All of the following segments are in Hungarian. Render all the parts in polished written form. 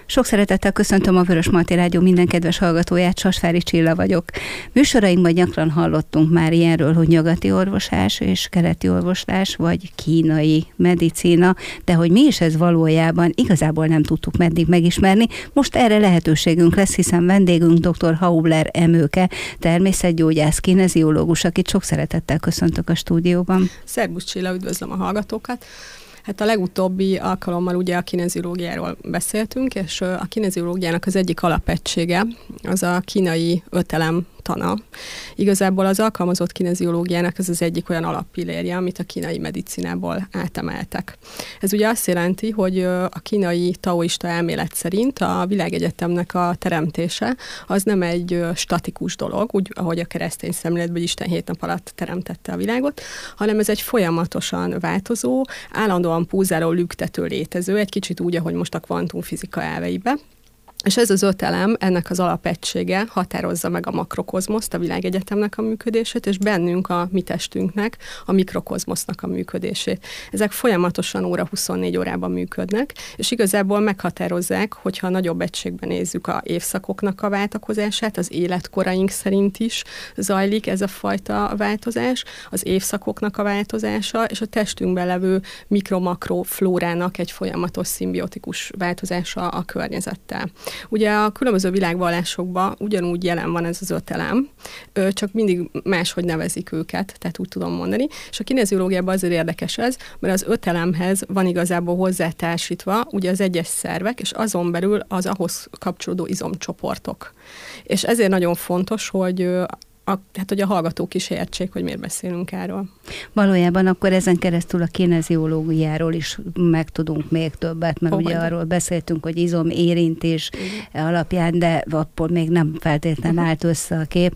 Sok szeretettel köszöntöm a Vörösmarty Rádió minden kedves hallgatóját, Sasvári Csilla vagyok. Műsorainkban gyakran hallottunk már ilyenről, hogy nyugati orvoslás és keleti orvoslás, vagy kínai medicína, de hogy mi is ez valójában, igazából nem tudtuk meddig megismerni. Most erre lehetőségünk lesz, hiszen vendégünk dr. Haubler Emőke, természetgyógyász, kineziológus, akit sok szeretettel köszöntök a stúdióban. Szerbusz Csilla, üdvözlöm a hallgatókat! Hát a legutóbbi alkalommal ugye a kineziológiáról beszéltünk, és a kineziológiának az egyik alapegysége az a kínai 5 elem tana. Igazából az alkalmazott kineziológiának ez az egyik olyan alappillérje, amit a kínai medicinából átemeltek. Ez ugye azt jelenti, hogy a kínai taoista elmélet szerint a világegyetemnek a teremtése az nem egy statikus dolog, úgy, ahogy a keresztény szemléletben Isten 7 nap alatt teremtette a világot, hanem ez egy folyamatosan változó, állandóan pulzáló, lüktető létező, egy kicsit úgy, ahogy most a kvantumfizika elveibe. És ez az 5 elem, ennek az alapegysége határozza meg a makrokozmoszt, a világegyetemnek a működését, és bennünk, a mi testünknek, a mikrokozmosznak a működését. Ezek folyamatosan óra 24 órában működnek, és igazából meghatározzák, hogyha nagyobb egységben nézzük a évszakoknak a váltakozását, az életkoraink szerint is zajlik ez a fajta változás, az évszakoknak a változása, és a testünkben levő mikro-makro flórának egy folyamatos szimbiotikus változása a környezettel. Ugye a különböző világvallásokban ugyanúgy jelen van ez az 5 elem, csak mindig máshogy nevezik őket, tehát úgy tudom mondani. És a kineziológiában azért érdekes ez, mert az 5 elemhez van igazából hozzátársítva ugye az egyes szervek, és azon belül az ahhoz kapcsolódó izomcsoportok. És ezért nagyon fontos, hogy hogy a hallgatók is értsék, hogy miért beszélünk erről. Valójában akkor ezen keresztül a kineziológiáról is megtudunk még többet, mert ugye arról beszéltünk, hogy izomérintés alapján, de akkor még nem feltétlenül állt össze a kép,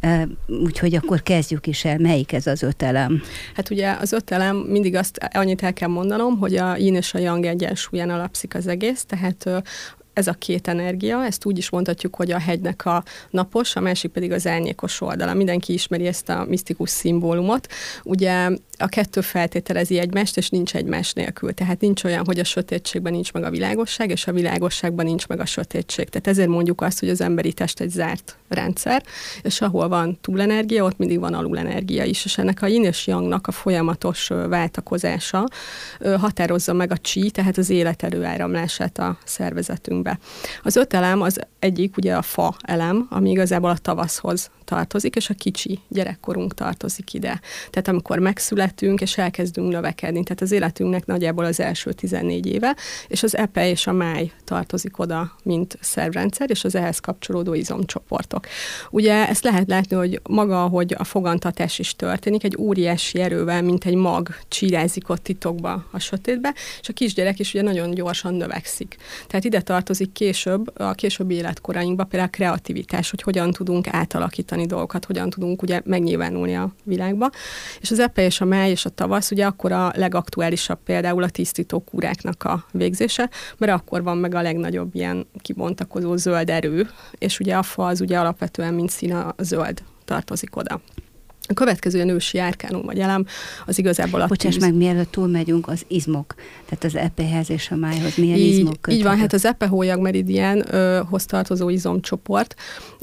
úgyhogy akkor kezdjük is el, melyik ez az 5 elem? Hát ugye az 5 elem, mindig annyit el kell mondanom, hogy a yin és a yang egyensúlyán alapszik az egész, tehát ez a 2 energia, ezt úgy is mondhatjuk, hogy a hegynek a napos, a másik pedig az árnyékos oldala. Mindenki ismeri ezt a misztikus szimbólumot. Ugye a 2 feltételezi egymást, és nincs egymás nélkül. Tehát nincs olyan, hogy a sötétségben nincs meg a világosság, és a világosságban nincs meg a sötétség. Tehát ezért mondjuk azt, hogy az emberi test egy zárt rendszer, és ahol van túlenergia, ott mindig van alulenergia is, és ennek a yin és yangnak a folyamatos váltakozása határozza meg a chi, tehát az életerő áramlását a szervezetünkbe. Az 5 elem az egyik, ugye a fa elem, ami igazából a tavaszhoz tartozik, és a kicsi gyerekkorunk tartozik ide. Tehát amikor megszületünk, és elkezdünk növekedni, tehát az életünknek nagyjából az első 14 éve, és az epe és a máj tartozik oda, mint szervrendszer, és az ehhez kapcsolódó izomcsoportok. Ugye ezt lehet látni, hogy maga, hogy a fogantatás is történik, egy óriási erővel, mint egy mag csírázik ott titokba a sötétbe, és a kisgyerek is ugye nagyon gyorsan növekszik. Tehát ide tartozik később, a későbbi életkorainkba például a kreativitás, hogy hogyan tudunk átalakítani dolgokat, hogyan tudunk ugye megnyilvánulni a világba. És az epe és a máj és a tavasz ugye akkor a legaktuálisabb például a tisztító kúráknak a végzése, mert akkor van meg a legnagyobb ilyen kibontakozó zöld erő, és ugye a fa az ugye alapvetően mint szín a zöld tartozik oda. A következő nősi árkánum vagy elem az igazából a Bocsáss meg, mielőtt túlmegyünk, az izmok, tehát az epehez és a májhoz milyen izmok köthetők? Így van, hát az epehólyag meridiánhoz tartozó izomcsoport,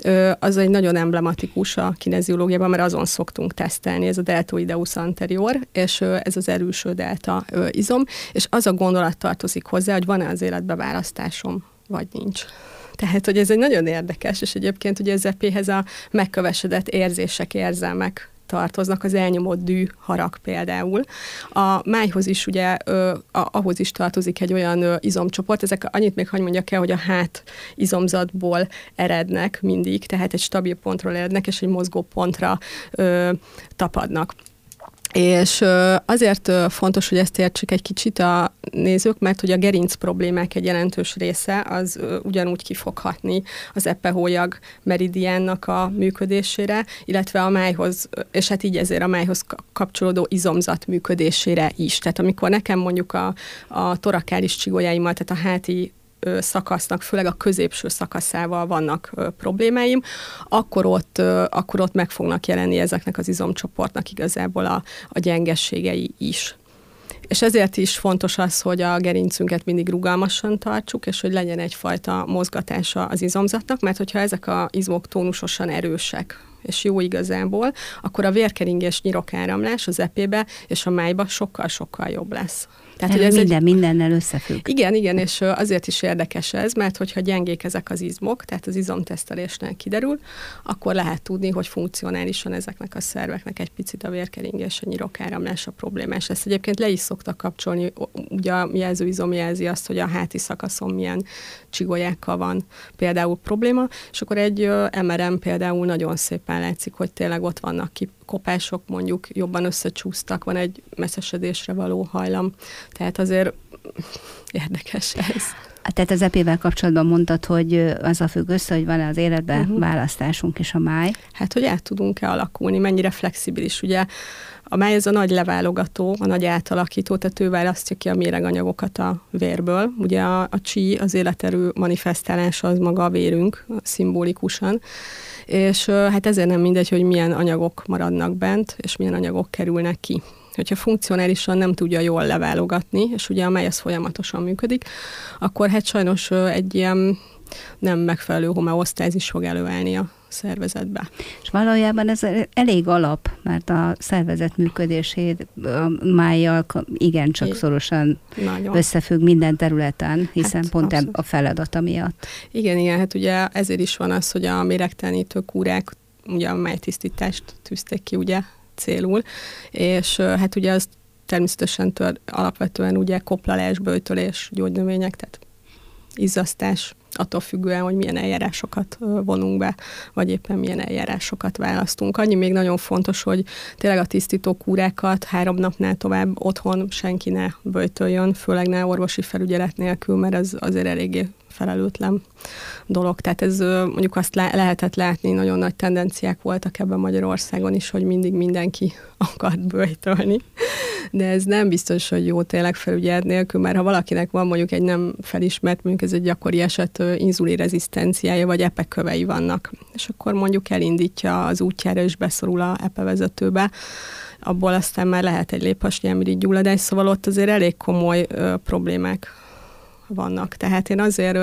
az egy nagyon emblematikus a kineziológiában, mert azon szoktunk tesztelni, ez a deltoideus anterior, és ez az erőső delta izom, és az a gondolat tartozik hozzá, hogy van-e az életbe választásom, vagy nincs. Tehát, hogy ez egy nagyon érdekes, és egyébként ugye az epéhez a megkövesedett érzések, érzelmek tartoznak, az elnyomott dű, harag például. A májhoz is ugye, ahhoz is tartozik egy olyan izomcsoport, ezek annyit még hagy mondjak el, hogy a hát izomzatból erednek mindig, tehát egy stabil pontról erednek, és egy mozgó pontra tapadnak. És azért fontos, hogy ezt értsék egy kicsit a nézők, mert hogy a gerinc problémák egy jelentős része az ugyanúgy ki fog hatni az epehólyag meridiánnak a működésére, illetve a májhoz, és hát így ezért a májhoz kapcsolódó izomzat működésére is. Tehát amikor nekem mondjuk a torakális csigolyáimmal, tehát a háti szakasznak, főleg a középső szakaszával vannak problémáim, akkor ott meg fognak jelenni ezeknek az izomcsoportnak igazából a gyengességei is. És ezért is fontos az, hogy a gerincünket mindig rugalmasan tartsuk, és hogy legyen egyfajta mozgatása az izomzatnak, mert hogyha ezek az izmok tónusosan erősek, és jó igazából, akkor a vérkeringés, nyirokáramlás az epébe és a májba sokkal-sokkal jobb lesz. Tehát, hogy ez mindennel összefügg. Igen, és azért is érdekes ez, mert hogyha gyengék ezek az izmok, tehát az izomtesztelésnél kiderül, akkor lehet tudni, hogy funkcionálisan ezeknek a szerveknek egy picit a vérkeringés, a nyirokáramlás a problémás. Ezt egyébként le is szoktak kapcsolni, ugye a jelzőizom jelzi azt, hogy a háti szakaszon milyen csigolyákkal van például probléma, és akkor egy MRM például nagyon szépen látszik, hogy tényleg ott vannak kopások, mondjuk jobban összecsúsztak, van egy messzesedésre való hajlam. Tehát azért érdekes ez. Tehát az epével kapcsolatban mondtad, hogy az a függ össze, hogy van-e az életben választásunk és a máj? Hát, hogy át tudunk-e alakulni, mennyire flexibilis. Ugye a máj ez a nagy leválogató, a nagy átalakító, tehát ő választja ki a méreganyagokat a vérből. Ugye a chi, az életerő manifestálása az maga a vérünk, szimbolikusan. És hát ezért nem mindegy, hogy milyen anyagok maradnak bent, és milyen anyagok kerülnek ki. Hogyha funkcionálisan nem tudja jól leválogatni, és ugye a máj az folyamatosan működik, akkor hát sajnos egy ilyen nem megfelelő homeosztázis fog előállni a szervezetbe. És valójában ez elég alap, mert a szervezet működését a májjal igencsak szorosan összefügg minden területen, hiszen hát, pont a feladata miatt. Igen, hát ugye ezért is van az, hogy a méregtelenítő kúrák ugye a májtisztítást tűzték ki ugye célul, és hát ugye az természetesen alapvetően ugye koplalás, böjtölés, gyógynövények, tehát izzasztás, attól függően, hogy milyen eljárásokat vonunk be, vagy éppen milyen eljárásokat választunk. Annyi még nagyon fontos, hogy tényleg a tisztító kúrákat 3 napnál tovább otthon senki ne böjtöljön, főleg ne orvosi felügyelet nélkül, mert ez azért eléggé felelőtlen dolog. Tehát ez mondjuk azt lehetett látni, nagyon nagy tendenciák voltak ebben Magyarországon is, hogy mindig mindenki akart böjtölni. De ez nem biztos, hogy jó tényleg felügyelet nélkül, mert ha valakinek van mondjuk egy nem felismert, mondjuk ez egy gyakori eset, inzulinrezisztenciája, vagy epekövei vannak, és akkor mondjuk elindítja az útjára, és beszorul a epevezetőbe, abból aztán már lehet egy léphasnyálmirigy gyulladás, szóval ott azért elég komoly problémák vannak. Tehát én azért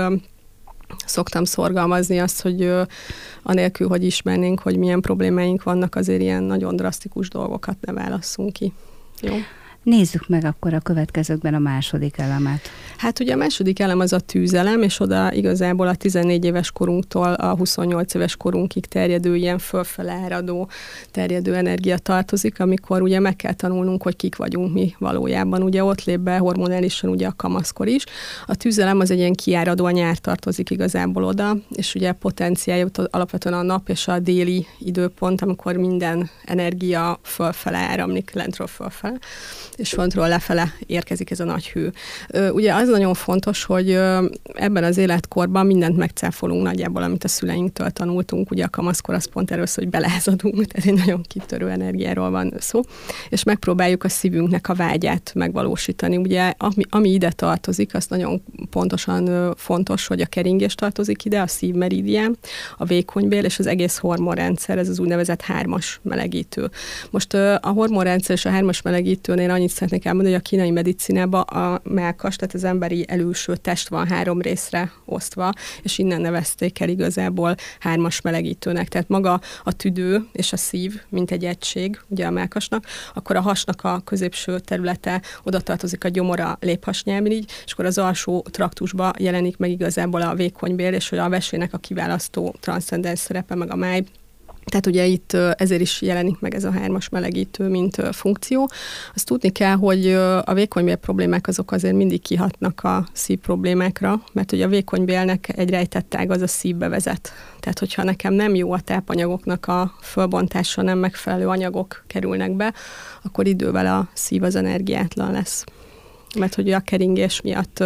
szoktam szorgalmazni azt, hogy anélkül, hogy ismernénk, hogy milyen problémáink vannak, azért ilyen nagyon drasztikus dolgokat ne válasszunk ki. Jó? Nézzük meg akkor a következőkben a második elemet. Hát ugye a második elem az a tűzelem, és oda igazából a 14 éves korunktól a 28 éves korunkig terjedő, ilyen fölfele áradó terjedő energia tartozik, amikor ugye meg kell tanulnunk, hogy kik vagyunk mi valójában. Ugye ott lép be hormonálisan ugye a kamaszkor is. A tűzelem az egy ilyen kiáradó, a nyár tartozik igazából oda, és ugye potenciálja alapvetően a nap és a déli időpont, amikor minden energia fölfele áramlik, lentről fölfele, és fontról lefele érkezik ez a nagy hő. Ugye az nagyon fontos, hogy ebben az életkorban mindent megcáfolunk nagyjából, amit a szüleinktől tanultunk. Ugye a kamaszkor az pont először, hogy belázadunk, tehát egy nagyon kitörő energiáról van szó, és megpróbáljuk a szívünknek a vágyát megvalósítani. Ugye ami ide tartozik, az nagyon pontosan fontos, hogy a keringés tartozik ide, a szívmeridián, a vékonybél és az egész hormonrendszer, ez az úgynevezett 3-as melegítő. Most a hormonrendszer és a 3-as melegítőnél annyit szeretnék elmondani, hogy a kínai medicinában a mellkas, tehát az emberi elülső test van 3 részre osztva, és innen nevezték el igazából 3-as melegítőnek. Tehát maga a tüdő és a szív, mint egy egység, ugye a mellkasnak, akkor a hasnak a középső területe, oda tartozik a gyomora, léphasnyálmirigy, és akkor az alsó traktusba jelenik meg igazából a vékonybél, és hogy a vesének a kiválasztó transzcendens szerepe, meg a máj. Tehát ugye itt ezért is jelenik meg ez a 3-as melegítő, mint funkció. Azt tudni kell, hogy a vékonybél problémák azok azért mindig kihatnak a szív problémákra, mert ugye a vékonybélnek egy rejtett ág az a szívbe vezet. Tehát, hogyha nekem nem jó a tápanyagoknak a fölbontása, nem megfelelő anyagok kerülnek be, akkor idővel a szív az energiátlan lesz. Mert hogy a keringés miatt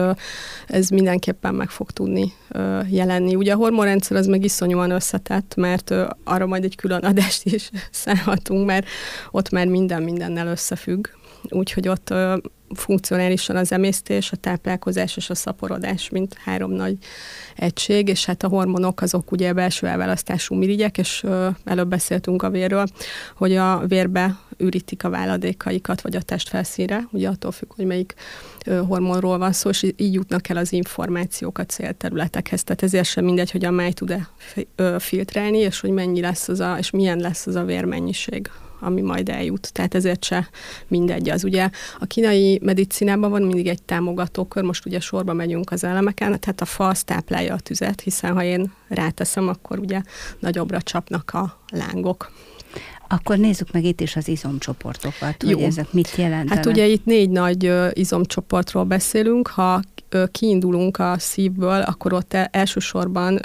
ez mindenképpen meg fog tudni jelenni. Ugye a hormonrendszer az meg iszonyúan összetett, mert arra majd egy külön adást is szállhatunk, mert ott már mindennel összefügg. Úgyhogy ott funkcionálisan az emésztés, a táplálkozás és a szaporodás, mint 3 nagy egység, és hát a hormonok azok ugye belső elválasztású mirigyek, és előbb beszéltünk a vérről, hogy a vérbe ürítik a váladékaikat, vagy a testfelszínre, ugye attól függ, hogy melyik hormonról van szó, és így jutnak el az információk a célterületekhez. Tehát ezért sem mindegy, hogy a máj tud-e filtrálni, és hogy mennyi lesz és milyen lesz az a vérmennyiség, ami majd eljut. Tehát ezért se mindegy az. Ugye a kínai medicinában van mindig egy támogatókör, most ugye sorba megyünk az elemeken, tehát a fa az táplálja a tüzet, hiszen ha én ráteszem, akkor ugye nagyobbra csapnak a lángok. Akkor nézzük meg itt is az izomcsoportokat, hogy ezek mit jelentenek. Hát ugye itt 4 nagy izomcsoportról beszélünk. Ha kiindulunk a szívből, akkor ott elsősorban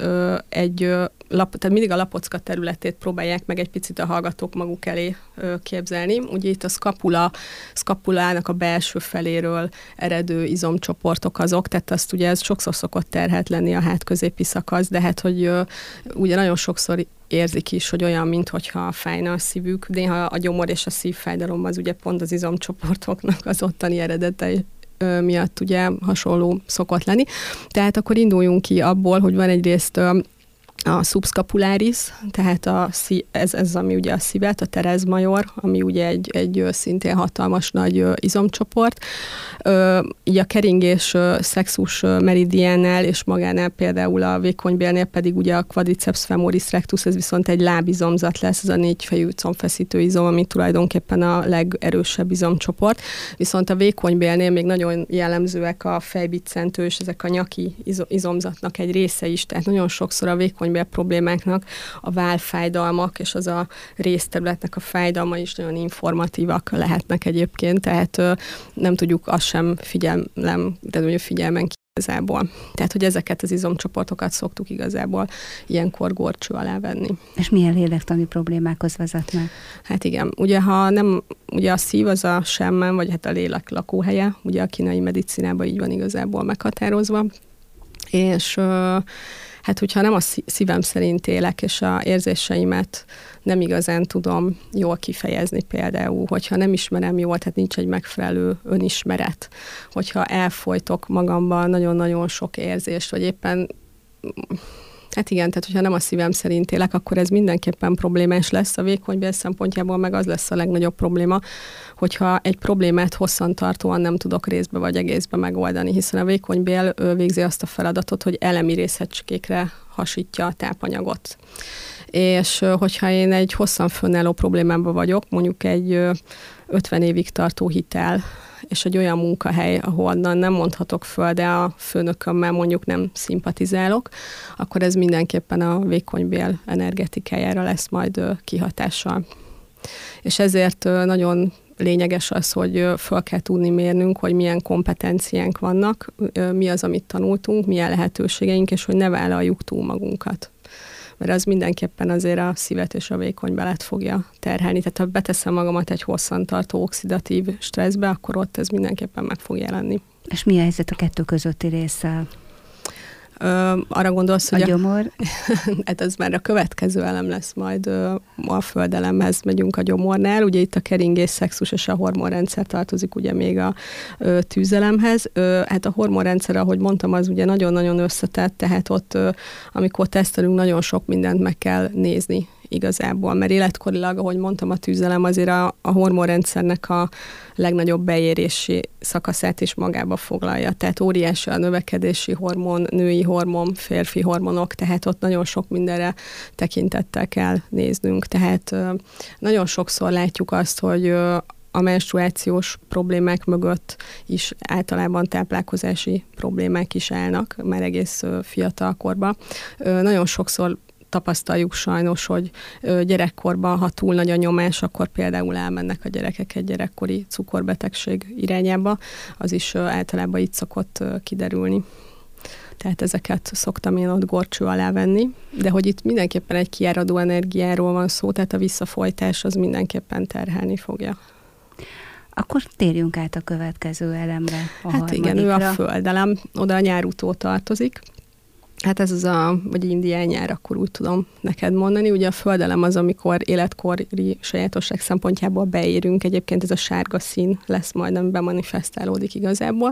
tehát mindig a lapocka területét próbálják meg egy picit a hallgatók maguk elé képzelni. Ugye itt a szkapulának a belső feléről eredő izomcsoportok azok, tehát azt ugye ez sokszor szokott terhelt lenni a hátközépi szakasz, de hát, hogy ugye nagyon sokszor érzik is, hogy olyan, minthogyha fájna a szívük. Néha a gyomor és a szívfájdalom az ugye pont az izomcsoportoknak az ottani eredete miatt ugye hasonló szokott lenni. Tehát akkor induljunk ki abból, hogy van egyrészt a subscapularis, tehát ez ami ugye a szívet, a teres major, ami ugye egy szintén hatalmas nagy izomcsoport. Így a keringés szexus meridiánnál és magánál például a vékonybélnél pedig ugye a quadriceps femoris rectus, ez viszont egy lábizomzat lesz, ez a 4 fejű combfeszítő izom, ami tulajdonképpen a legerősebb izomcsoport. Viszont a vékonybélnél még nagyon jellemzőek a fejbiccentő és ezek a nyaki izomzatnak egy része is, tehát nagyon sokszor a vékonybél problémáknak a válfájdalmak és az a részterületnek a fájdalma is nagyon informatívak lehetnek egyébként, tehát nem tudjuk azt sem figyelmen igazából. Tehát, hogy ezeket az izomcsoportokat szoktuk igazából ilyenkor górcső alá venni. És milyen lélektani problémákhoz vezetnek? Hát igen, ugye ha nem, ugye a szív az a semmen, vagy hát a lélek lakóhelye, ugye a kínai medicinában így van igazából meghatározva, és hát, hogyha nem a szívem szerint élek, és a érzéseimet nem igazán tudom jól kifejezni például, hogyha nem ismerem jól, tehát nincs egy megfelelő önismeret, hogyha elfojtok magamban nagyon-nagyon sok érzést, vagy éppen hát igen, tehát hogyha nem a szívem szerint élek, akkor ez mindenképpen problémás lesz. A vékonybél szempontjából meg az lesz a legnagyobb probléma, hogyha egy problémát hosszantartóan nem tudok részbe vagy egészbe megoldani, hiszen a vékonybél végzi azt a feladatot, hogy elemi részecskékre hasítja a tápanyagot. És hogyha én egy hosszan fönnálló problémában vagyok, mondjuk egy 50 évig tartó hitel, és egy olyan munkahely, ahonnan nem mondhatok föl, de a főnökömmel mondjuk nem szimpatizálok, akkor ez mindenképpen a vékonybél energetikájára lesz majd kihatással. És ezért nagyon lényeges az, hogy föl kell tudni mérnünk, hogy milyen kompetenciánk vannak, mi az, amit tanultunk, milyen lehetőségeink, és hogy ne vállaljuk túl magunkat. Mert az mindenképpen azért a szívet és a vékonybelet fogja terhelni. Tehát ha beteszem magamat egy hosszantartó oxidatív stresszbe, akkor ott ez mindenképpen meg fog jelenni. És mi a helyzet a kettő közötti résszel? Arra gondolsz, hogy a gyomor? Hát az már a következő elem lesz majd a földelemhez megyünk a gyomornál. Ugye itt a keringés, szexus és a hormonrendszer tartozik ugye még a tűzelemhez. Hát a hormonrendszer, ahogy mondtam, az ugye nagyon-nagyon összetett, tehát ott, amikor tesztelünk, nagyon sok mindent meg kell nézni igazából, mert életkorilag, ahogy mondtam, a tűzelem azért a hormonrendszernek a legnagyobb beérési szakaszát is magába foglalja. Tehát óriási a növekedési hormon, női hormon, férfi hormonok, tehát ott nagyon sok mindenre tekintettel kell néznünk. Tehát nagyon sokszor látjuk azt, hogy a menstruációs problémák mögött is általában táplálkozási problémák is állnak, már egész fiatal korban. Nagyon sokszor tapasztaljuk sajnos, hogy gyerekkorban, ha túl nagy a nyomás, akkor például elmennek a gyerekek egy gyerekkori cukorbetegség irányába, az is általában így szokott kiderülni. Tehát ezeket szoktam én ott górcső alá venni, de hogy itt mindenképpen egy kiáradó energiáról van szó, tehát a visszafolytás az mindenképpen terhelni fogja. Akkor térjünk át a következő elemre, a hát harmadikra. igen, ő a földelem, oda a nyárutó tartozik. Hát ez vagy indián nyár, akkor úgy tudom neked mondani. Ugye a földelem az, amikor életkori sajátosság szempontjából beérünk. Egyébként ez a sárga szín lesz majd, ami bemanifestálódik igazából.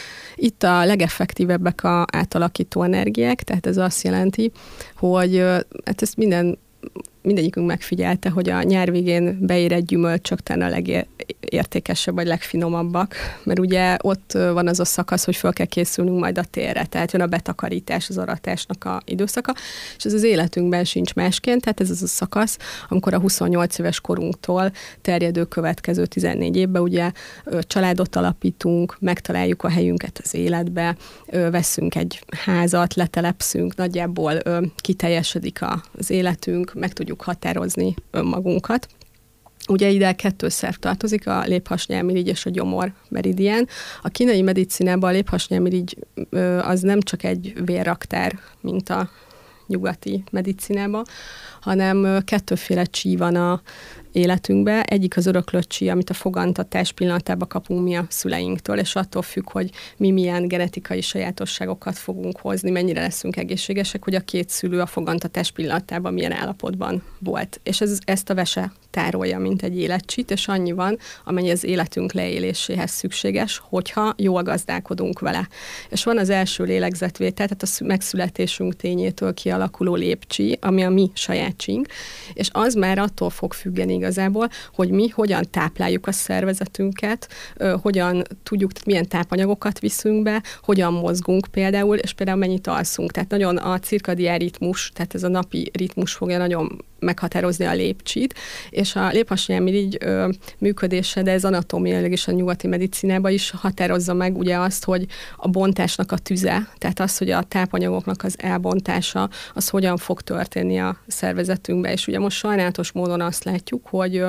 Itt a legeffektívebbek a átalakító energiák, tehát ez azt jelenti, hogy hát ezt mindegyikünk megfigyelte, hogy a nyár végén beérett gyümölcsök talán a legértékesebb, vagy legfinomabbak, mert ugye ott van az a szakasz, hogy fel kell készülnünk majd a térre, tehát jön a betakarítás, az aratásnak a időszaka, és ez az életünkben sincs másként, tehát ez az a szakasz, amikor a 28 éves korunktól terjedő következő 14 évben ugye családot alapítunk, megtaláljuk a helyünket az életbe, veszünk egy házat, letelepszünk, nagyjából kiteljesedik az életünk, meg tudjuk határozni önmagunkat. Ugye ide 2 szerv tartozik, a léphasnyálmirigy és a gyomor meridián. A kínai medicinában a léphasnyálmirigy az nem csak egy vérraktár, mint a nyugati medicinában, hanem 2 csí van a életünkben. Egyik az öröklött csí, amit a fogantatás pillanatában kapunk mi a szüleinktől, és attól függ, hogy mi milyen genetikai sajátosságokat fogunk hozni, mennyire leszünk egészségesek, hogy a 2 szülő a fogantatás pillanatában milyen állapotban volt. És ezt a vese tárolja, mint egy életcsít, és annyi van, amennyi az életünk leéléséhez szükséges, hogyha jól gazdálkodunk vele. És van az első lélegzetvétel, tehát a megszületésünk tényétől kialakuló lépcsí, ami a mi saját csink, és az már attól fog függeni igazából, hogy mi hogyan tápláljuk a szervezetünket, hogyan tudjuk, milyen tápanyagokat viszünk be, hogyan mozgunk például, és például mennyit alszunk. Tehát nagyon a cirkadián ritmus, tehát ez a napi ritmus fogja nagyon meghatározni a lépcsit, és a léphasnyálmirigy működése, de ez anatómiailag is a nyugati medicinában is határozza meg ugye azt, hogy a bontásnak a tüze, tehát az, hogy a tápanyagoknak az elbontása, az hogyan fog történni a szervezetünkbe. És ugye most sajnálatos módon azt látjuk,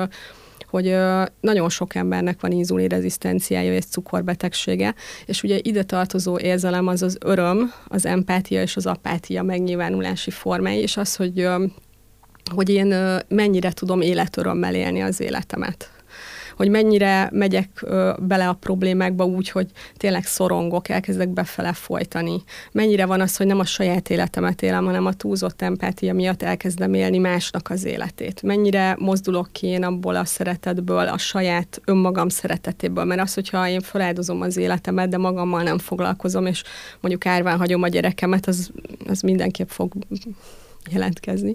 hogy nagyon sok embernek van inzulinrezisztenciája és cukorbetegsége, és ugye ide tartozó érzelem az az öröm, az empátia és az apátia megnyilvánulási formái, és az, hogy én mennyire tudom életörömmel élni az életemet. Hogy mennyire megyek bele a problémákba úgy, hogy tényleg szorongok, elkezdek befele folytani. Mennyire van az, hogy nem a saját életemet élem, hanem a túlzott empátia miatt elkezdem élni másnak az életét. Mennyire mozdulok ki én abból a szeretetből, a saját önmagam szeretetéből. Mert az, hogyha én feláldozom az életemet, de magammal nem foglalkozom, és mondjuk árván hagyom a gyerekemet, az mindenképp fog jelentkezni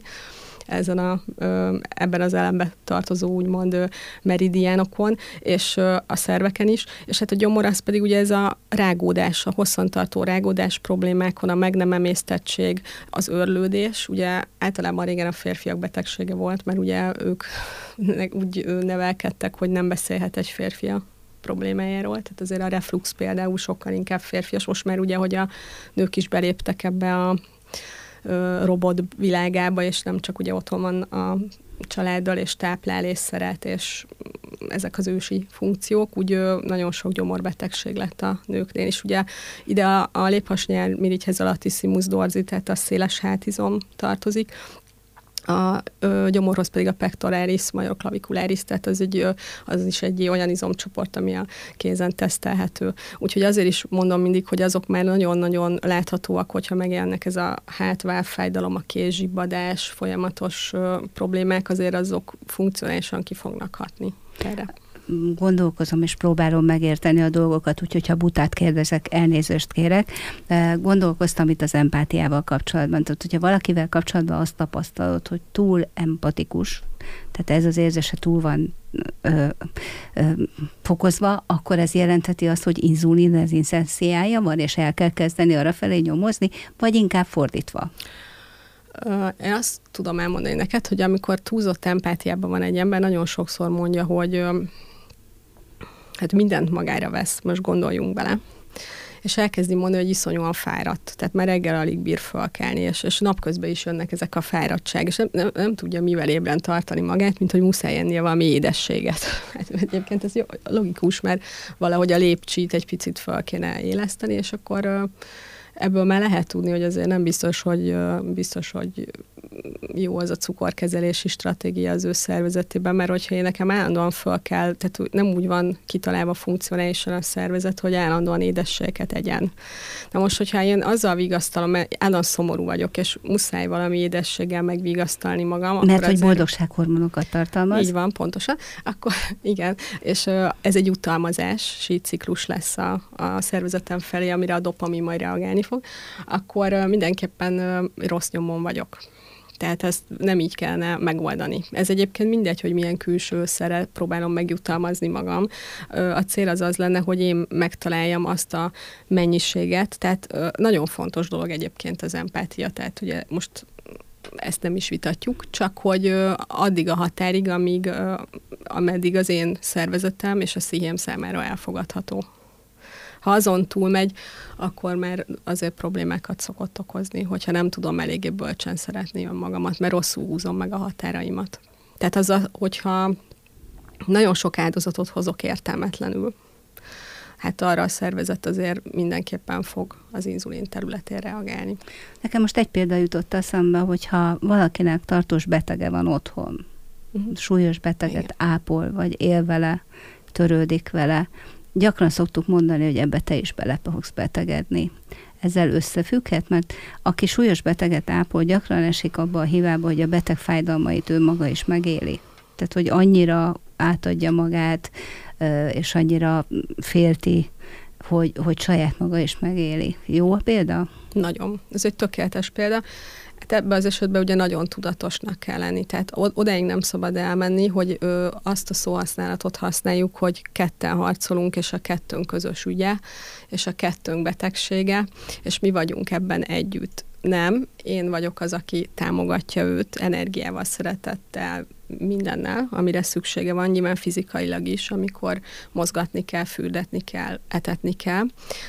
ebben az elemben tartozó úgymond meridiánokon, és a szerveken is, és hát a gyomor az pedig ugye ez a rágódás, a hosszantartó rágódás problémákon, a meg nem emésztettség, az őrlődés, ugye általában régen a férfiak betegsége volt, mert ugye ők úgy nevelkedtek, hogy nem beszélhet egy férfi a problémájáról, tehát azért a reflux például sokkal inkább férfias, most már ugye, hogy a nők is beléptek ebbe a robot világába, és nem csak ugye otthon van a családdal, és táplál, és szeret, és ezek az ősi funkciók, úgy nagyon sok gyomorbetegség lett a nőknél, és ugye ide a léphasnyálmirigyhez a latissimus dorsi, tehát a széles hátizom tartozik, a gyomorhoz pedig a pectoralis, major clavicularis, tehát az is egy olyan izomcsoport, ami a kézen tesztelhető. Úgyhogy azért is mondom mindig, hogy azok már nagyon-nagyon láthatóak, hogyha megjelennek ez a hátválfájdalom, a kézzsibbadás, folyamatos problémák, azért azok funkcionálisan ki fognak hatni erre. Gondolkozom és próbálom megérteni a dolgokat, úgyhogy ha butát kérdezek, elnézést kérek. Gondolkoztam itt az empátiával kapcsolatban. Tehát, hogyha valakivel kapcsolatban azt tapasztalod, hogy túl empatikus, tehát ez az érzése túl van fokozva, akkor ez jelentheti azt, hogy inzulinrezisztenciája van, és el kell kezdeni arrafelé nyomozni, vagy inkább fordítva? Én azt tudom elmondani neked, hogy amikor túlzott empátiában van egy ember, nagyon sokszor mondja, hogy hát mindent magára vesz, most gondoljunk bele, és elkezdi mondani, hogy iszonyúan fáradt, tehát már reggel alig bír fölkelni, és napközben is jönnek ezek a fáradtság, és nem tudja mivel ébren tartani magát, mint hogy muszáj ennie valami édességet. Hát egyébként ez logikus, mert valahogy a lépcsít egy picit föl kéne éleszteni, és akkor ebből már lehet tudni, hogy azért nem biztos, hogy jó az a cukorkezelési stratégia az ő szervezetében, mert hogyha én nekem állandóan föl kell, tehát nem úgy van kitalálva funkcionálisan a szervezet, hogy állandóan édességeket egyen. Na most, hogyha én azzal vigasztalom, mert állandóan szomorú vagyok, és muszáj valami édességgel megvigasztalni magam. Mert hogy boldogsághormonokat tartalmaz. Így van, pontosan. Akkor igen, és ez egy utalmazási ciklus lesz a szervezetem felé, amire a dopamin majd reagálni fog, akkor mindenképpen rossz nyomon vagyok. Tehát ezt nem így kellene megoldani. Ez egyébként mindegy, hogy milyen külső szerrel próbálom megjutalmazni magam. A cél az lenne, hogy én megtaláljam azt a mennyiséget. Tehát nagyon fontos dolog egyébként az empátia. Tehát ugye most ezt nem is vitatjuk, csak hogy addig a határig, ameddig az én szervezetem és a szívem számára elfogadható. Ha azon túlmegy, akkor már azért problémákat szokott okozni, hogyha nem tudom eléggé bölcsen szeretni magamat, mert rosszul húzom meg a határaimat. Tehát hogyha nagyon sok áldozatot hozok értelmetlenül, hát arra a szervezet azért mindenképpen fog az inzulin területén reagálni. Nekem most egy példa jutott eszembe, hogyha valakinek tartós betege van otthon, súlyos beteget ápol, vagy él vele, törődik vele, gyakran szoktuk mondani, hogy ebbe te is bele fogsz betegedni. Ezzel összefügghet, mert aki súlyos beteget ápol, gyakran esik abba a hibába, hogy a beteg fájdalmait ő maga is megéli. Tehát, hogy annyira átadja magát, és annyira félti, hogy saját maga is megéli. Jó a példa? Nagyon. Ez egy tökéletes példa. Hát ebben az esetben ugye nagyon tudatosnak kell lenni. Tehát odáig nem szabad elmenni, hogy azt a szóhasználatot használjuk, hogy ketten harcolunk, és a kettőnk közös ügye, és a kettőnk betegsége, és mi vagyunk ebben együtt. Nem, én vagyok az, aki támogatja őt energiával, szeretettel, mindennel, amire szüksége van, nyilván fizikailag is, amikor mozgatni kell, fürdetni kell, etetni kell,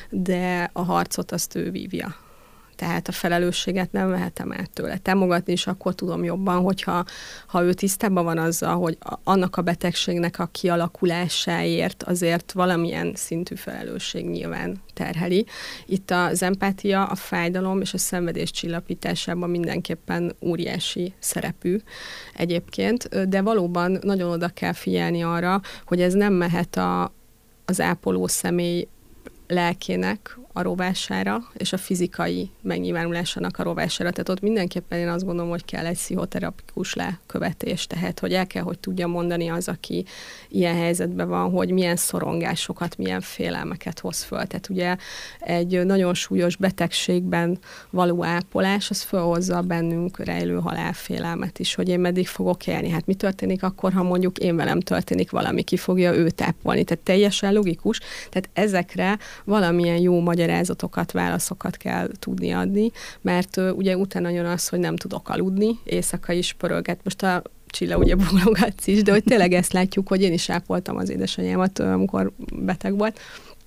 de a harcot azt ő vívja. Tehát a felelősséget nem vehetem át tőle. Támogatni is akkor tudom jobban, hogyha ő tisztában van azzal, hogy annak a betegségnek a kialakulásáért azért valamilyen szintű felelősség nyilván terheli. Itt az empátia, a fájdalom és a szenvedés csillapításában mindenképpen óriási szerepű egyébként, de valóban nagyon oda kell figyelni arra, hogy ez nem mehet az ápoló személy lelkének a rovására, és a fizikai megnyilvánulásának a rovására. Tehát ott mindenképpen én azt gondolom, hogy kell egy pszichoterapikus lekövetés, tehát hogy el kell, hogy tudja mondani az, aki ilyen helyzetben van, hogy milyen szorongásokat, milyen félelmeket hoz föl. Tehát ugye egy nagyon súlyos betegségben való ápolás, az fölhozza bennünk rejlő halálfélelmet is, hogy én meddig fogok élni. Hát mi történik akkor, ha mondjuk én velem történik valami, ki fogja őt ápolni. Tehát teljesen logikus. Tehát ezekre valamilyen jó magyarázatokat, válaszokat kell tudni adni, mert ugye utána jön az, hogy nem tudok aludni, éjszaka is pöröget. Most a Csilla ugye bólogatsz is, de hogy tényleg ezt látjuk, hogy én is ápoltam az édesanyámat, amikor beteg volt.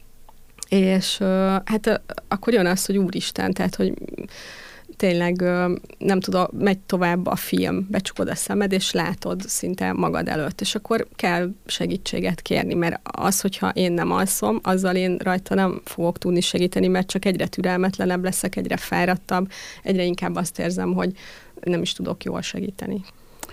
És hát akkor jön az, hogy úristen, tehát, hogy tényleg nem tudom, megy tovább a film, becsukod a szemed, és látod szinte magad előtt, és akkor kell segítséget kérni, mert az, hogyha én nem alszom, azzal én rajta nem fogok tudni segíteni, mert csak egyre türelmetlenebb leszek, egyre fáradtabb, egyre inkább azt érzem, hogy nem is tudok jól segíteni.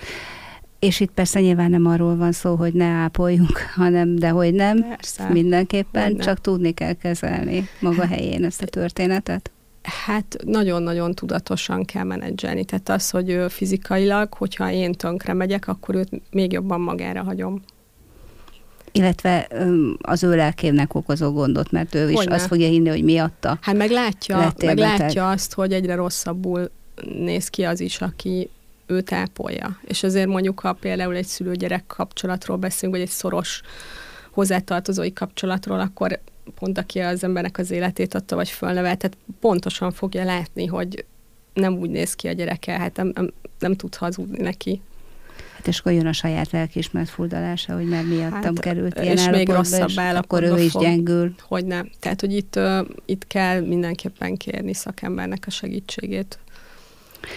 És itt persze nyilván nem arról van szó, hogy ne ápoljunk, hanem de hogy nem, persze, mindenképpen, hogy csak tudni kell kezelni maga helyén ezt a történetet. Hát nagyon-nagyon tudatosan kell menedzselni. Tehát az, hogy fizikailag, hogyha én tönkre megyek, akkor őt még jobban magára hagyom. Illetve az ő lelkének okozó gondot, mert ő is azt fogja hinni, hogy miatta. Hát meglátja azt, hogy egyre rosszabbul néz ki az is, aki őt ápolja. És azért mondjuk, ha például egy szülő-gyerek kapcsolatról beszélünk, vagy egy szoros hozzátartozói kapcsolatról, akkor pont aki az embernek az életét adta, vagy fölnevelt, tehát pontosan fogja látni, hogy nem úgy néz ki a gyereke, hát nem tud hazudni neki. Hát és akkor jön a saját lelkiismeret furdalása, hogy már miattam került ilyen és állapotba, még rosszabb és akkor ő is gyengül. Hogy nem. Tehát, hogy itt kell mindenképpen kérni szakembernek a segítségét.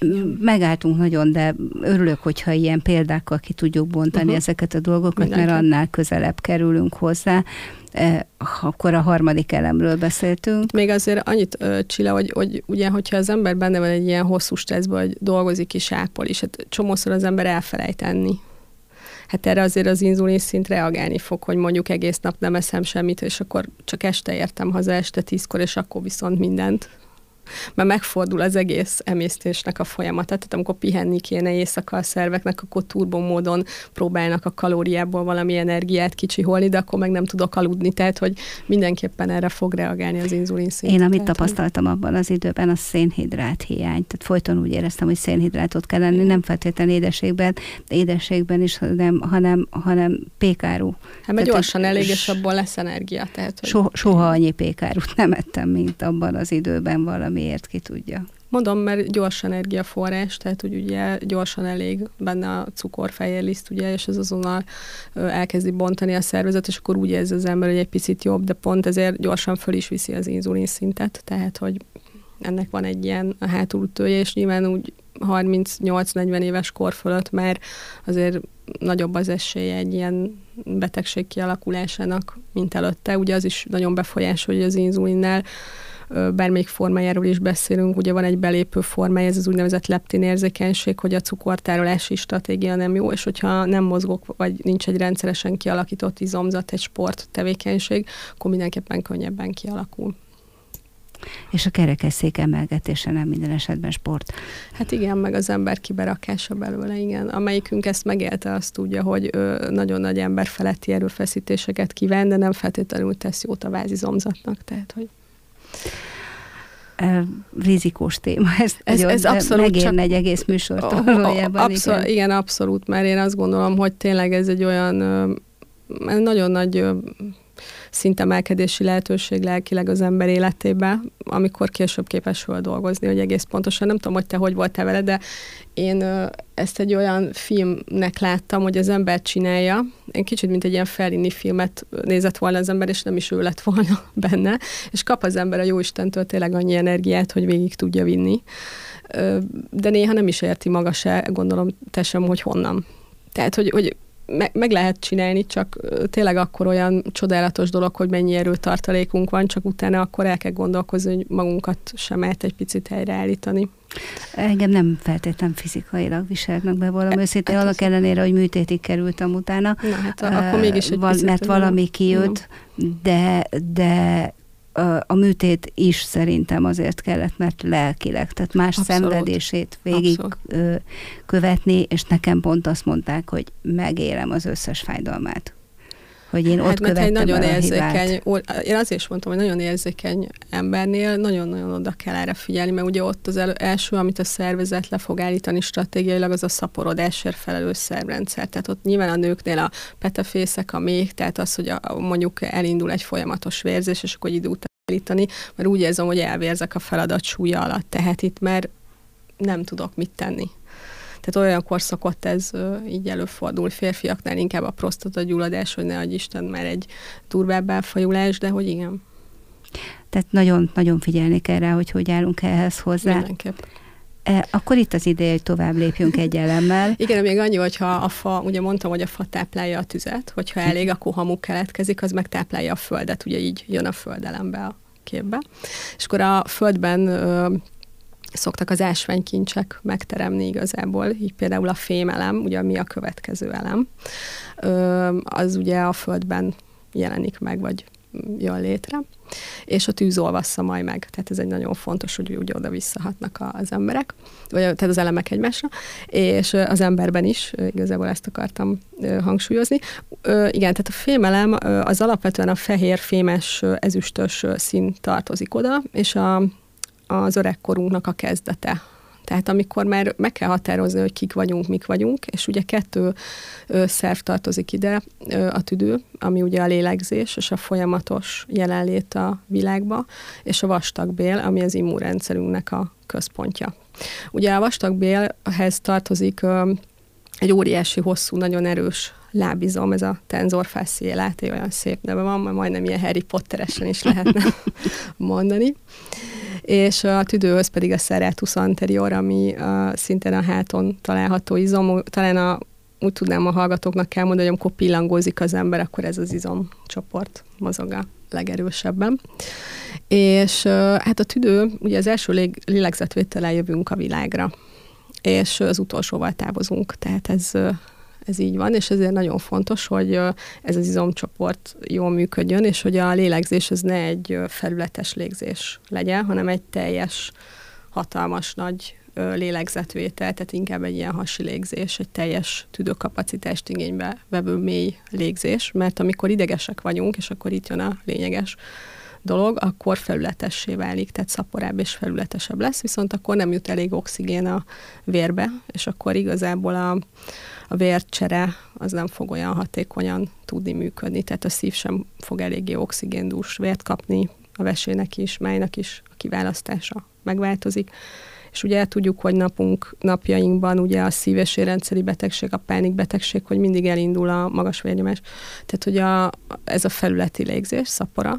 Megálltunk nagyon, de örülök, hogyha ilyen példákkal ki tudjuk bontani ezeket a dolgokat, mert annál közelebb kerülünk hozzá. Akkor a harmadik elemről beszéltünk. Még azért annyit, Csilla, hogy ugye, hogyha az ember benne van egy ilyen hosszú stresszben, hogy dolgozik és ápol is, hát csomószor az ember elfelejt enni. Hát erre azért az inzulin szint reagálni fog, hogy mondjuk egész nap nem eszem semmit, és akkor csak este értem haza, este 10-kor, és akkor viszont mindent. Mert megfordul az egész emésztésnek a folyamata. Tehát amikor pihenni kéne éjszaka a szerveknek, akkor turbomódon próbálnak a kalóriából valami energiát kicsiholni, de akkor meg nem tudok aludni. Tehát, hogy mindenképpen erre fog reagálni az inzulin szint. Én amit tapasztaltam abban az időben, a szénhidrát hiány. Tehát folyton úgy éreztem, hogy szénhidrátot kell lenni, nem feltétlenül édességben is, hanem pékáru. Hát mert gyorsan elég, és abból lesz energia. Tehát, hogy soha annyi pékárút nem ettem, mint abban az időben valamiért, ki tudja. Mondom, mert gyors energiaforrás, tehát hogy ugye gyorsan elég benne a cukorfehérliszt, ugye, és ez azonnal elkezdi bontani a szervezet, és akkor úgy érzi az ember, hogy egy picit jobb, de pont ezért gyorsan föl is viszi az inzulin szintet, tehát hogy ennek van egy ilyen hátulütője, és nyilván úgy 38-40 éves kor fölött már azért nagyobb az esélye egy ilyen betegség kialakulásának, mint előtte. Ugye az is nagyon befolyásolja, hogy az inzulinnál bármelyik formájáról is beszélünk, ugye van egy belépő formája, ez az úgynevezett leptinérzékenység, hogy a cukortárolási stratégia nem jó, és hogyha nem mozgok, vagy nincs egy rendszeresen kialakított izomzat, egy sport tevékenység, akkor mindenképpen könnyebben kialakul. És a kerekesszék emelgetése nem minden esetben sport. Hát igen, meg az ember kiberakása belőle, igen. Amelyikünk ezt megélte, azt tudja, hogy nagyon nagy ember feletti erőfeszítéseket kíván, de nem feltétlenül tesz jót a vázizomzatnak, tehát hogy rizikós téma. Ez abszolút megérne egy egész műsort valójában. Igen, abszolút, mert én azt gondolom, hogy tényleg ez egy olyan nagyon nagy szintemelkedési lehetőség lelkileg az ember életében, amikor később képes dolgozni, hogy egész pontosan. Nem tudom, hogy te hogy voltál vele, de én ezt egy olyan filmnek láttam, hogy az ember csinálja. Én kicsit, mint egy ilyen Fellini filmet nézett volna az ember, és nem is ő lett volna benne, és kap az ember a Jóistentől tényleg annyi energiát, hogy végig tudja vinni. De néha nem is érti maga se, gondolom te sem, hogy honnan. Tehát, hogy meg lehet csinálni, csak tényleg akkor olyan csodálatos dolog, hogy mennyi erőtartalékunk van, csak utána akkor el kell gondolkozni, hogy magunkat sem lehet egy picit helyreállítani. Engem nem feltétlenül fizikailag viselnek be valami őszintén, annak ellenére, hogy műtétig kerültem utána. Na hát akkor mégis egy picit. Mert valami kijött, de a műtét is szerintem azért kellett, mert lelkileg, tehát más szenvedését végig követni, és nekem pont azt mondták, hogy megélem az összes fájdalmát. Hogy én ott követtem nagyon érzékeny, én azért is mondtam, hogy nagyon érzékeny embernél nagyon-nagyon oda kell erre figyelni, mert ugye ott az első, amit a szervezet le fog állítani stratégiailag, az a szaporodásért felelős szervrendszer. Tehát ott nyilván a nőknél a petefészek, a méh, tehát az, hogy mondjuk elindul egy folyamatos vérzés, és akkor idő után állítani, mert úgy érzem, hogy elvérzek a feladat súlya alatt. Tehát itt már nem tudok mit tenni. Tehát olyankor szokott ez így előfordul férfiaknál, inkább a prostatagyulladás, hogy ne adj Isten, már egy durvább elfajulás, de hogy igen. Tehát nagyon figyelni kell rá, hogy állunk ehhez hozzá. Mindenképp. Akkor itt az ideje, hogy tovább lépjünk egy elemmel. Igen, még annyi, hogyha a fa, ugye mondtam, hogy a fa táplálja a tüzet, hogyha elég, akkor hamuk keletkezik, az meg táplálja a földet, ugye így jön a földelembe a képbe. És akkor a földben szoktak az ásványkincsek megteremni igazából, így például a fémelem, ugye ami a következő elem, az ugye a földben jelenik meg, vagy jön létre, és a tűz olvassza majd meg. Tehát ez egy nagyon fontos, hogy ugye oda visszahatnak az emberek, vagy tehát az elemek egymásra, és az emberben is, igazából ezt akartam hangsúlyozni. Igen, tehát a fémelem az alapvetően a fehér, fémes, ezüstös szín tartozik oda, és az öregkorunknak a kezdete. Tehát amikor már meg kell határozni, hogy kik vagyunk, mik vagyunk, és ugye 2 szerv tartozik ide, a tüdő, ami ugye a lélegzés, és a folyamatos jelenlét a világba, és a vastagbél, ami az immunrendszerünknek a központja. Ugye a vastagbélhez tartozik egy óriási, hosszú, nagyon erős lábizom, ez a tensor fasciae latae, olyan szép neve van, majdnem ilyen Harry Potteresen is lehetne mondani. És a tüdőhöz pedig a serratus anterior, ami szintén a háton található izom. Talán úgy tudnám a hallgatóknak elmondani, hogy amikor pillangózik az ember, akkor ez az izomcsoport mozog a legerősebben. És hát a tüdő, ugye az első lélegzetvétellel jövünk a világra, és az utolsóval távozunk, tehát ez így van, és ezért nagyon fontos, hogy ez az izomcsoport jól működjön, és hogy a lélegzés az ne egy felületes légzés legyen, hanem egy teljes, hatalmas, nagy lélegzetvétel, tehát inkább egy ilyen hasi légzés, egy teljes tüdőkapacitást igénybe vevő mély légzés, mert amikor idegesek vagyunk, és akkor itt jön a lényeges dolog, akkor felületessé válik, tehát szaporább és felületesebb lesz, viszont akkor nem jut elég oxigén a vérbe, és akkor igazából a vércsere az nem fog olyan hatékonyan tudni működni, tehát a szív sem fog eléggé oxigéndús vért kapni, a vesének is, májnak is a kiválasztása megváltozik. És ugye tudjuk, hogy napjainkban ugye a szív- és érrendszeri betegség, a pánikbetegség, hogy mindig elindul a magas vérnyomás. Tehát, hogy ez a felületi légzés, szapora,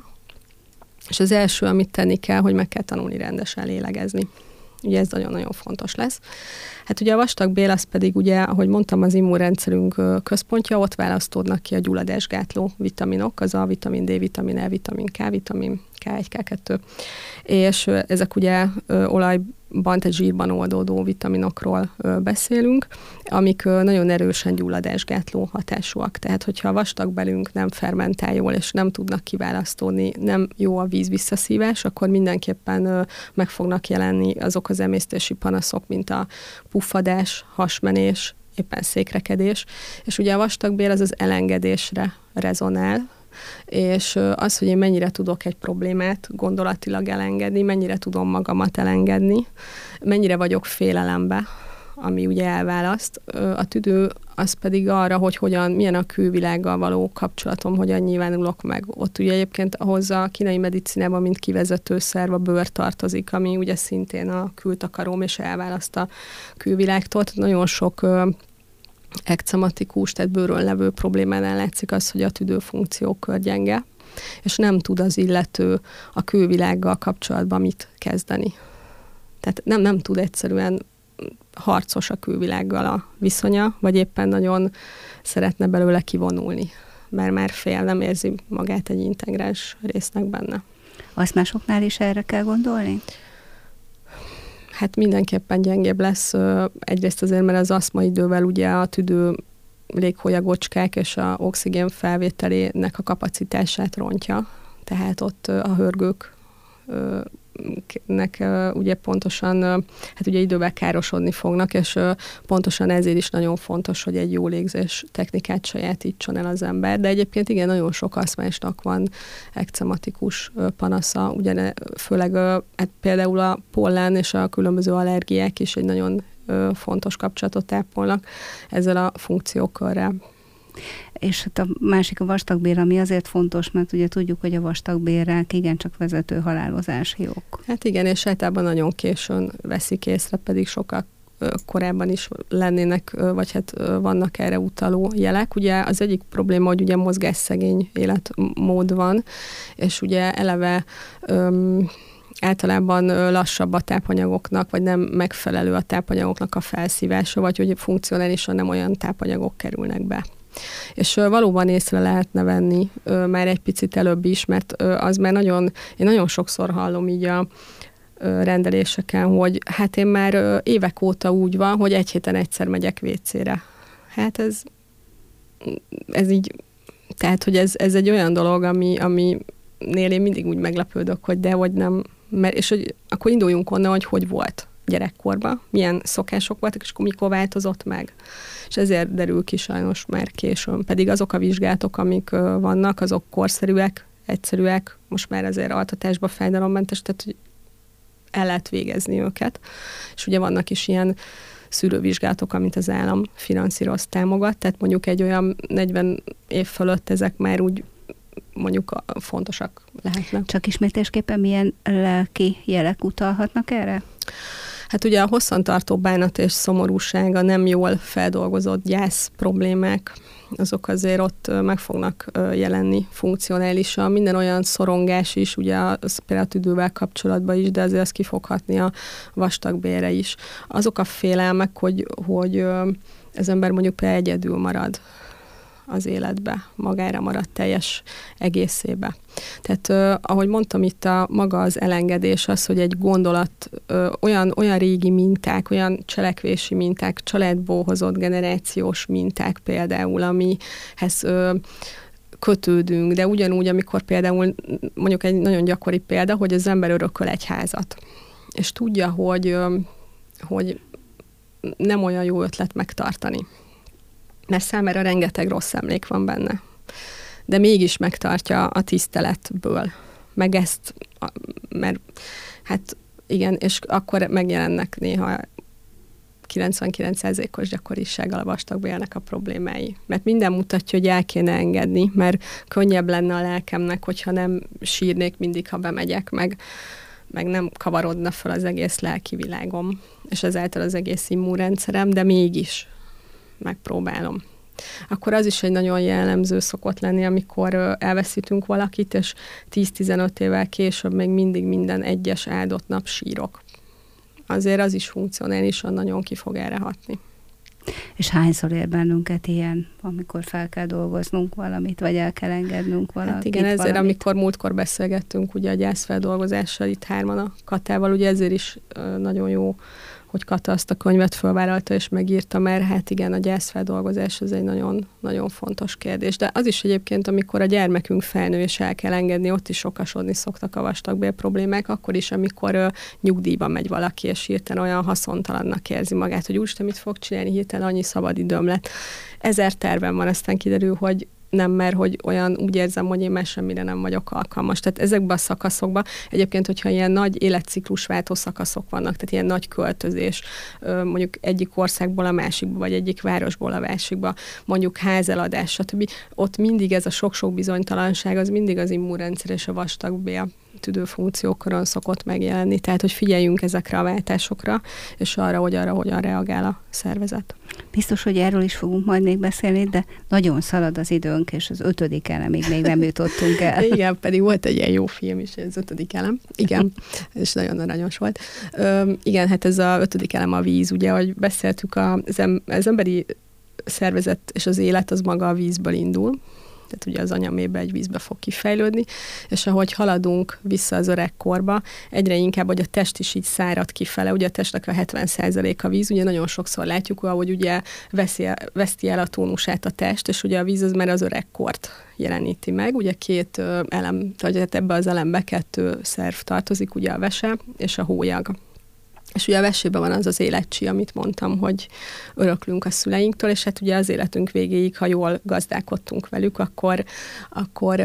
és az első, amit tenni kell, hogy meg kell tanulni rendesen lélegezni. Ugye ez nagyon-nagyon fontos lesz. Hát ugye a vastagbél az pedig ugye, ahogy mondtam, az immunrendszerünk központja, ott választódnak ki a gyulladásgátló vitaminok, az a vitamin D, vitamin E, vitamin K, vitamin K1, K2, és ezek ugye olajban, tehát zsírban oldódó vitaminokról beszélünk, amik nagyon erősen gyulladásgátló hatásúak. Tehát, hogyha a vastagbelünk nem fermentál jól, és nem tudnak kiválasztódni, nem jó a víz visszaszívás, akkor mindenképpen meg fognak jelenni azok az emésztési panaszok, mint a puffadás, hasmenés, éppen székrekedés, és ugye a vastagbél az elengedésre rezonál, és az, hogy én mennyire tudok egy problémát gondolatilag elengedni, mennyire tudom magamat elengedni, mennyire vagyok félelembe, ami ugye elválaszt. A tüdő az pedig arra, hogy milyen a külvilággal való kapcsolatom, hogyan nyilvánulok meg. Ott ugye egyébként ahhoz a kínai medicinában, mint kivezető szerv, a bőr tartozik, ami ugye szintén a kültakaróm, és elválaszt a külvilágtól. Nagyon sok ekcematikus, tehát bőrön levő problémánál látszik az, hogy a tüdőfunkciókör gyenge, és nem tud az illető a külvilággal kapcsolatban mit kezdeni. Tehát nem tud egyszerűen harcos a külvilággal a viszonya, vagy éppen nagyon szeretne belőle kivonulni, mert már fél, nem érzi magát egy integráns résznek benne. Aszmásoknál is erre kell gondolni? Hát mindenképpen gyengébb lesz, egyrészt azért, mert az aszma idővel ugye a tüdő léghólyagocskák és a oxigén felvételének a kapacitását rontja, tehát ott a hörgők ugye pontosan, hát ugye idővel károsodni fognak, és pontosan ezért is nagyon fontos, hogy egy jó légzés technikát sajátítson el az ember, de egyébként igen, nagyon sok aszmásnak van ekcematikus panasza, ugye főleg hát például a pollen és a különböző allergiák is egy nagyon fontos kapcsolatot ápolnak ezzel a funkciókörrel. És hát a másik a vastagbél, ami azért fontos, mert ugye tudjuk, hogy a vastagbélrák igencsak vezető halálozási ok. Hát igen, és általában nagyon későn veszik észre, pedig sokkal korábban is lennének, vagy hát vannak erre utaló jelek. Ugye az egyik probléma, hogy ugye mozgásszegény életmód van, és ugye eleve általában lassabb a tápanyagoknak, vagy nem megfelelő a tápanyagoknak a felszívása, vagy hogy funkcionálisan nem olyan tápanyagok kerülnek be. És valóban észre lehetne venni már egy picit előbb is, mert az már én nagyon sokszor hallom így a rendeléseken, hogy hát én már évek óta úgy van, hogy egy héten egyszer megyek WC-re. Hát ez így, tehát hogy ez egy olyan dolog, aminél én mindig úgy meglepődök, hogy de, hogy nem, és hogy akkor induljunk onnan, hogy volt gyerekkorban, milyen szokások voltak, és akkor mikor változott meg. És ezért derül ki sajnos már későn. Pedig azok a vizsgálatok, amik vannak, azok korszerűek, egyszerűek, most már azért altatásba fájdalommentes, tehát hogy el lehet végezni őket. És ugye vannak is ilyen szűrővizsgálatok, amit az állam finanszíroz, támogat, tehát mondjuk egy olyan 40 év fölött ezek már úgy mondjuk fontosak lehetnek. Csak ismétlésképpen milyen lelki jelek utalhatnak erre? Hát ugye a hosszantartó bánat és szomorúság, a nem jól feldolgozott gyász problémák, azok azért ott meg fognak jelenni funkcionálisan. Minden olyan szorongás is, ugye például a tüdővel kapcsolatban is, de azért az ki fog hatni a vastagbélre is. Azok a félelmek, hogy az ember mondjuk például egyedül marad az életbe, magára marad teljes egészébe. Tehát ahogy mondtam, itt maga az elengedés az, hogy egy gondolat, olyan régi minták, olyan cselekvési minták, családból hozott generációs minták például, amihez kötődünk, de ugyanúgy, amikor például mondjuk egy nagyon gyakori példa, hogy az ember örököl egy házat, és tudja, hogy nem olyan jó ötlet megtartani, mert számára rengeteg rossz emlék van benne. De mégis megtartja a tiszteletből. Meg ezt, mert hát igen, és akkor megjelennek néha 99%-os gyakorisággal a vastagbélnek a problémái. Mert minden mutatja, hogy el kéne engedni, mert könnyebb lenne a lelkemnek, hogyha nem sírnék mindig, ha bemegyek, meg nem kavarodna fel az egész lelki világom, és ezáltal az egész immunrendszerem, de mégis megpróbálom. Akkor az is egy nagyon jellemző szokott lenni, amikor elveszítünk valakit, és 10-15 évvel később még mindig minden egyes áldott nap sírok. Azért az is funkcionálisan nagyon ki fog erre hatni. És hányszor ér bennünket ilyen, amikor fel kell dolgoznunk valamit, vagy el kell engednünk valamit? Hát igen, ezért amikor múltkor beszélgettünk ugye a gyászfeldolgozással itt hárman a Katával, ugye ezért is nagyon jó, hogy Kata azt a könyvet fölvállalta és megírta, mert hát igen, a gyászfeldolgozás az egy nagyon, nagyon fontos kérdés. De az is egyébként, amikor a gyermekünk felnő és el kell engedni, ott is sokasodni szoktak a vastagbél problémák, akkor is, amikor nyugdíjba megy valaki, és hirtelen olyan haszontalannak érzi magát, hogy úristen, mit fog csinálni, hirtelen annyi szabad időm lett. 1000 tervem van, aztán kiderül, hogy nem, mert hogy olyan úgy érzem, hogy én már semmire nem vagyok alkalmas. Tehát ezekben a szakaszokban, egyébként, hogyha ilyen nagy életciklusváltó szakaszok vannak, tehát ilyen nagy költözés, mondjuk egyik országból a másikba, vagy egyik városból a másikba, mondjuk házeladás, stb. Ott mindig ez a sok-sok bizonytalanság, az mindig az immunrendszer és a vastagbél tüdőfunkciókon szokott megjelenni. Tehát, hogy figyeljünk ezekre a váltásokra, és arra, hogy arra hogyan reagál a szervezet. Biztos, hogy erről is fogunk majd még beszélni, de nagyon szalad az időnk, és az 5. elemig még nem jutottunk el. Igen, pedig volt egy ilyen jó film is, az 5. elem. Igen, és nagyon aranyos volt. Igen, hát ez a 5. elem a víz, ugye, ahogy beszéltük, az emberi szervezet és az élet az maga a vízből indul. Tehát ugye az anyamébe egy vízbe fog kifejlődni, és ahogy haladunk vissza az öregkorba, egyre inkább, hogy a test is így szárad kifele, ugye a testnek a 70% a víz, ugye nagyon sokszor látjuk, ahogy ugye veszti el a tónusát a test, és ugye a víz az már az öregkort jeleníti meg, ugye 2 elem, tehát ebbe az elembe 2 szerv tartozik, ugye a vese és a hólyag. És ugye a vesében van az életcsí, amit mondtam, hogy öröklünk a szüleinktől, és hát ugye az életünk végéig, ha jól gazdálkodtunk velük, akkor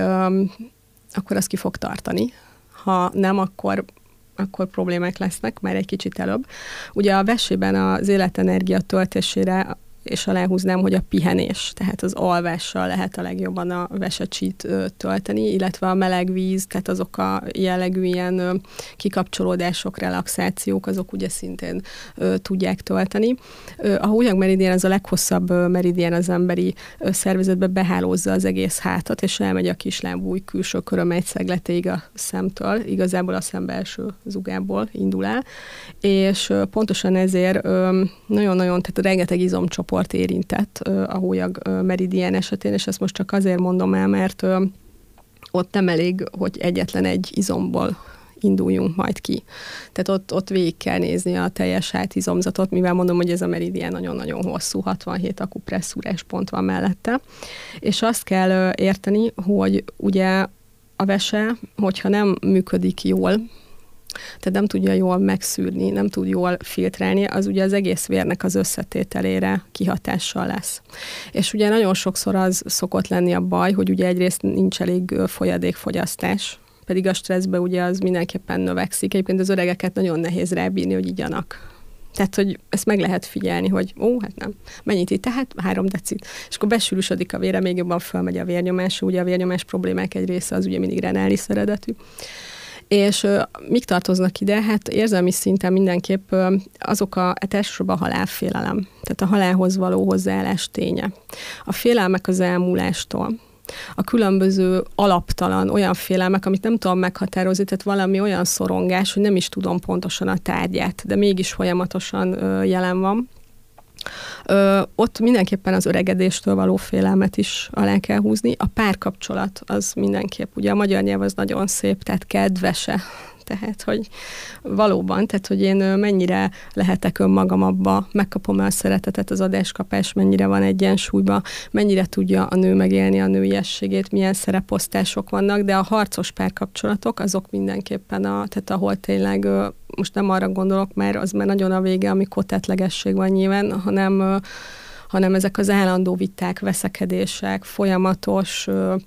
az ki fog tartani. Ha nem, akkor problémák lesznek, már egy kicsit előbb. Ugye a vesében az életenergia töltésére és aláhúznám, hogy a pihenés, tehát az alvással lehet a legjobban a vesecsít tölteni, illetve a meleg víz, tehát azok a jellegű ilyen kikapcsolódások, relaxációk, azok ugye szintén tudják tölteni. A hólyagmeridián az a leghosszabb meridián az emberi szervezetbe, behálózza az egész hátat, és elmegy a kislábúj külső köröm szegletéig a szemtől, igazából a szem belső zugából indul el, és pontosan ezért nagyon-nagyon, tehát rengeteg izomcsoport érintett a hólyag meridián esetén, és ezt most csak azért mondom el, mert ott nem elég, hogy egyetlen egy izomból induljunk majd ki. Tehát ott végig kell nézni a teljes hátizomzatot, mivel mondom, hogy ez a meridián nagyon-nagyon hosszú, 67 akupresszúrás pont van mellette. És azt kell érteni, hogy ugye a vese, hogyha nem működik jól, tehát nem tudja jól megszűrni, nem tud jól filtrálni, az ugye az egész vérnek az összetételére kihatással lesz. És ugye nagyon sokszor az szokott lenni a baj, hogy ugye egyrészt nincs elég folyadékfogyasztás, pedig a stresszbe ugye az mindenképpen növekszik. Egyébként az öregeket nagyon nehéz rábírni, hogy igyanak. Tehát, hogy ezt meg lehet figyelni, hogy hát nem, mennyit itt, tehát 3 decit. És akkor besűrűsödik a vére, még jobban fölmegy a vérnyomás, ugye a vérnyomás problémák egy része az ugye mindig renális eredetű. És mik tartoznak ide? Hát érzelmi szinten mindenképp hát elsősorban a halálfélelem, tehát a halálhoz való hozzáállás ténye. A félelmek az elmúlástól. A különböző alaptalan olyan félelmek, amit nem tudom meghatározni, tehát valami olyan szorongás, hogy nem is tudom pontosan a tárgyát, de mégis folyamatosan jelen van. Ott mindenképpen az öregedéstől való félelmet is alá kell húzni. A párkapcsolat az mindenképp, ugye a magyar nyelv az nagyon szép, tehát kedvese. Tehát, hogy valóban, tehát, hogy én mennyire lehetek önmagam abba, megkapom a szeretetet, az adáskapás mennyire van egyensúlyban, mennyire tudja a nő megélni a nőiességét, milyen szereposztások vannak, de a harcos párkapcsolatok, azok mindenképpen, tehát ahol tényleg, most nem arra gondolok, mert az már nagyon a vége, amikor tetlegesség van nyilván, hanem ezek az állandó viták, veszekedések, folyamatos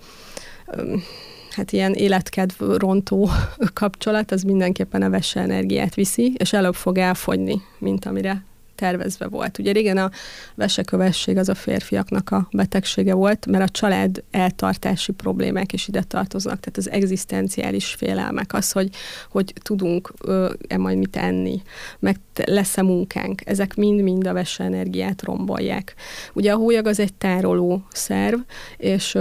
hát ilyen életkedv rontó kapcsolat, az mindenképpen a vese energiát viszi, és előbb fog elfogyni, mint amire tervezve volt. Ugye régen a vesekövesség az a férfiaknak a betegsége volt, mert a család eltartási problémák is ide tartoznak, tehát az egzisztenciális félelmek, az, hogy tudunk-e majd mit enni, meg lesz-e munkánk, ezek mind-mind a vese energiát rombolják. Ugye a hólyag az egy tároló szerv, és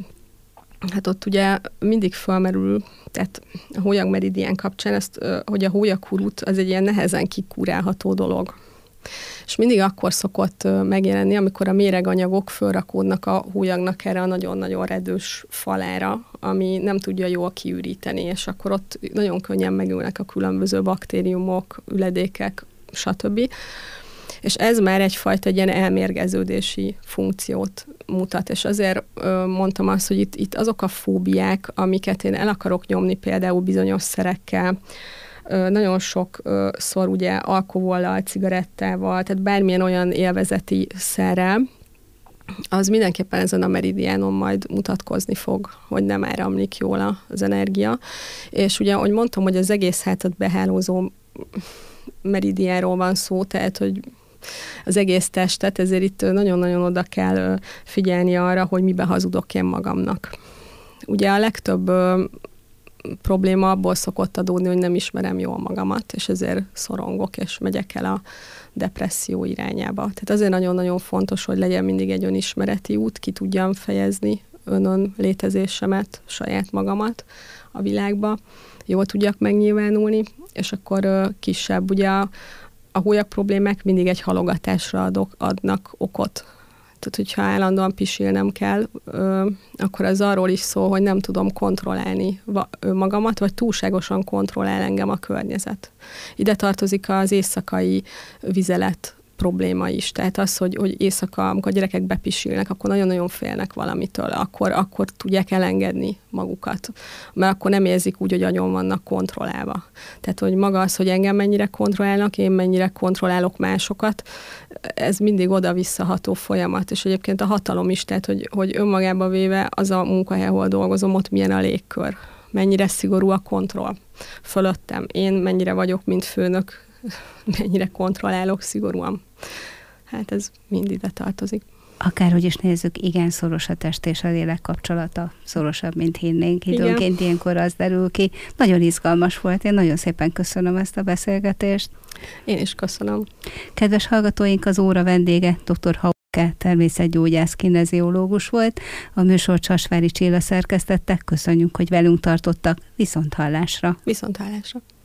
hát ott ugye mindig felmerül, tehát a hólyagmeridián kapcsán ezt, hogy a hólyaghurut az egy ilyen nehezen kikurálható dolog. És mindig akkor szokott megjelenni, amikor a méreganyagok fölrakódnak a hólyagnak erre a nagyon-nagyon redős falára, ami nem tudja jól kiüríteni, és akkor ott nagyon könnyen megülnek a különböző baktériumok, üledékek, stb. És ez már egyfajta egy ilyen elmérgeződési funkciót mutat, és azért mondtam azt, hogy itt azok a fóbiák, amiket én el akarok nyomni például bizonyos szerekkel, nagyon sokszor ugye alkohollal, cigarettával, tehát bármilyen olyan élvezeti szerrel, az mindenképpen ezen a meridiánon majd mutatkozni fog, hogy nem áramlik jól az energia. És ugye, ahogy mondtam, hogy az egész hátat behálózó meridiánról van szó, tehát, hogy az egész testet, ezért itt nagyon-nagyon oda kell figyelni arra, hogy mibe hazudok én magamnak. Ugye a legtöbb probléma abból szokott adódni, hogy nem ismerem jól magamat, és ezért szorongok, és megyek el a depresszió irányába. Tehát azért nagyon-nagyon fontos, hogy legyen mindig egy önismereti út, ki tudjam fejezni önön létezésemet, saját magamat a világba, jól tudjak megnyilvánulni, és akkor kisebb. Ugye a hólyag problémák mindig egy halogatásra adnak okot. Tehát, hogyha állandóan pisilnem kell, akkor az arról is szól, hogy nem tudom kontrollálni magamat, vagy túlságosan kontrollál engem a környezet. Ide tartozik az éjszakai vizelet probléma is. Tehát az, hogy éjszaka, amikor a gyerekek bepisilnek, akkor nagyon-nagyon félnek valamitől, akkor tudják elengedni magukat. Mert akkor nem érzik úgy, hogy agyon vannak kontrollálva. Tehát, hogy maga az, hogy engem mennyire kontrollálnak, én mennyire kontrollálok másokat, ez mindig oda-visszaható folyamat. És egyébként a hatalom is, tehát, hogy önmagába véve az a munkahely, ahol dolgozom, ott milyen a légkör. Mennyire szigorú a kontroll fölöttem. Én mennyire vagyok, mint főnök, mennyire kontrollálok szigorúan. Hát ez mind ide tartozik. Akárhogy is nézzük, igen szoros a test és a lélek kapcsolata, szorosabb, mint hinnénk. Időnként ilyenkor az derül ki. Nagyon izgalmas volt, én nagyon szépen köszönöm ezt a beszélgetést. Én is köszönöm. Kedves hallgatóink, az óra vendége dr. Hauke természetgyógyász kineziológus volt. A műsort Sasvári Csilla szerkesztette. Köszönjük, hogy velünk tartottak. Viszonthallásra. Viszonthallásra.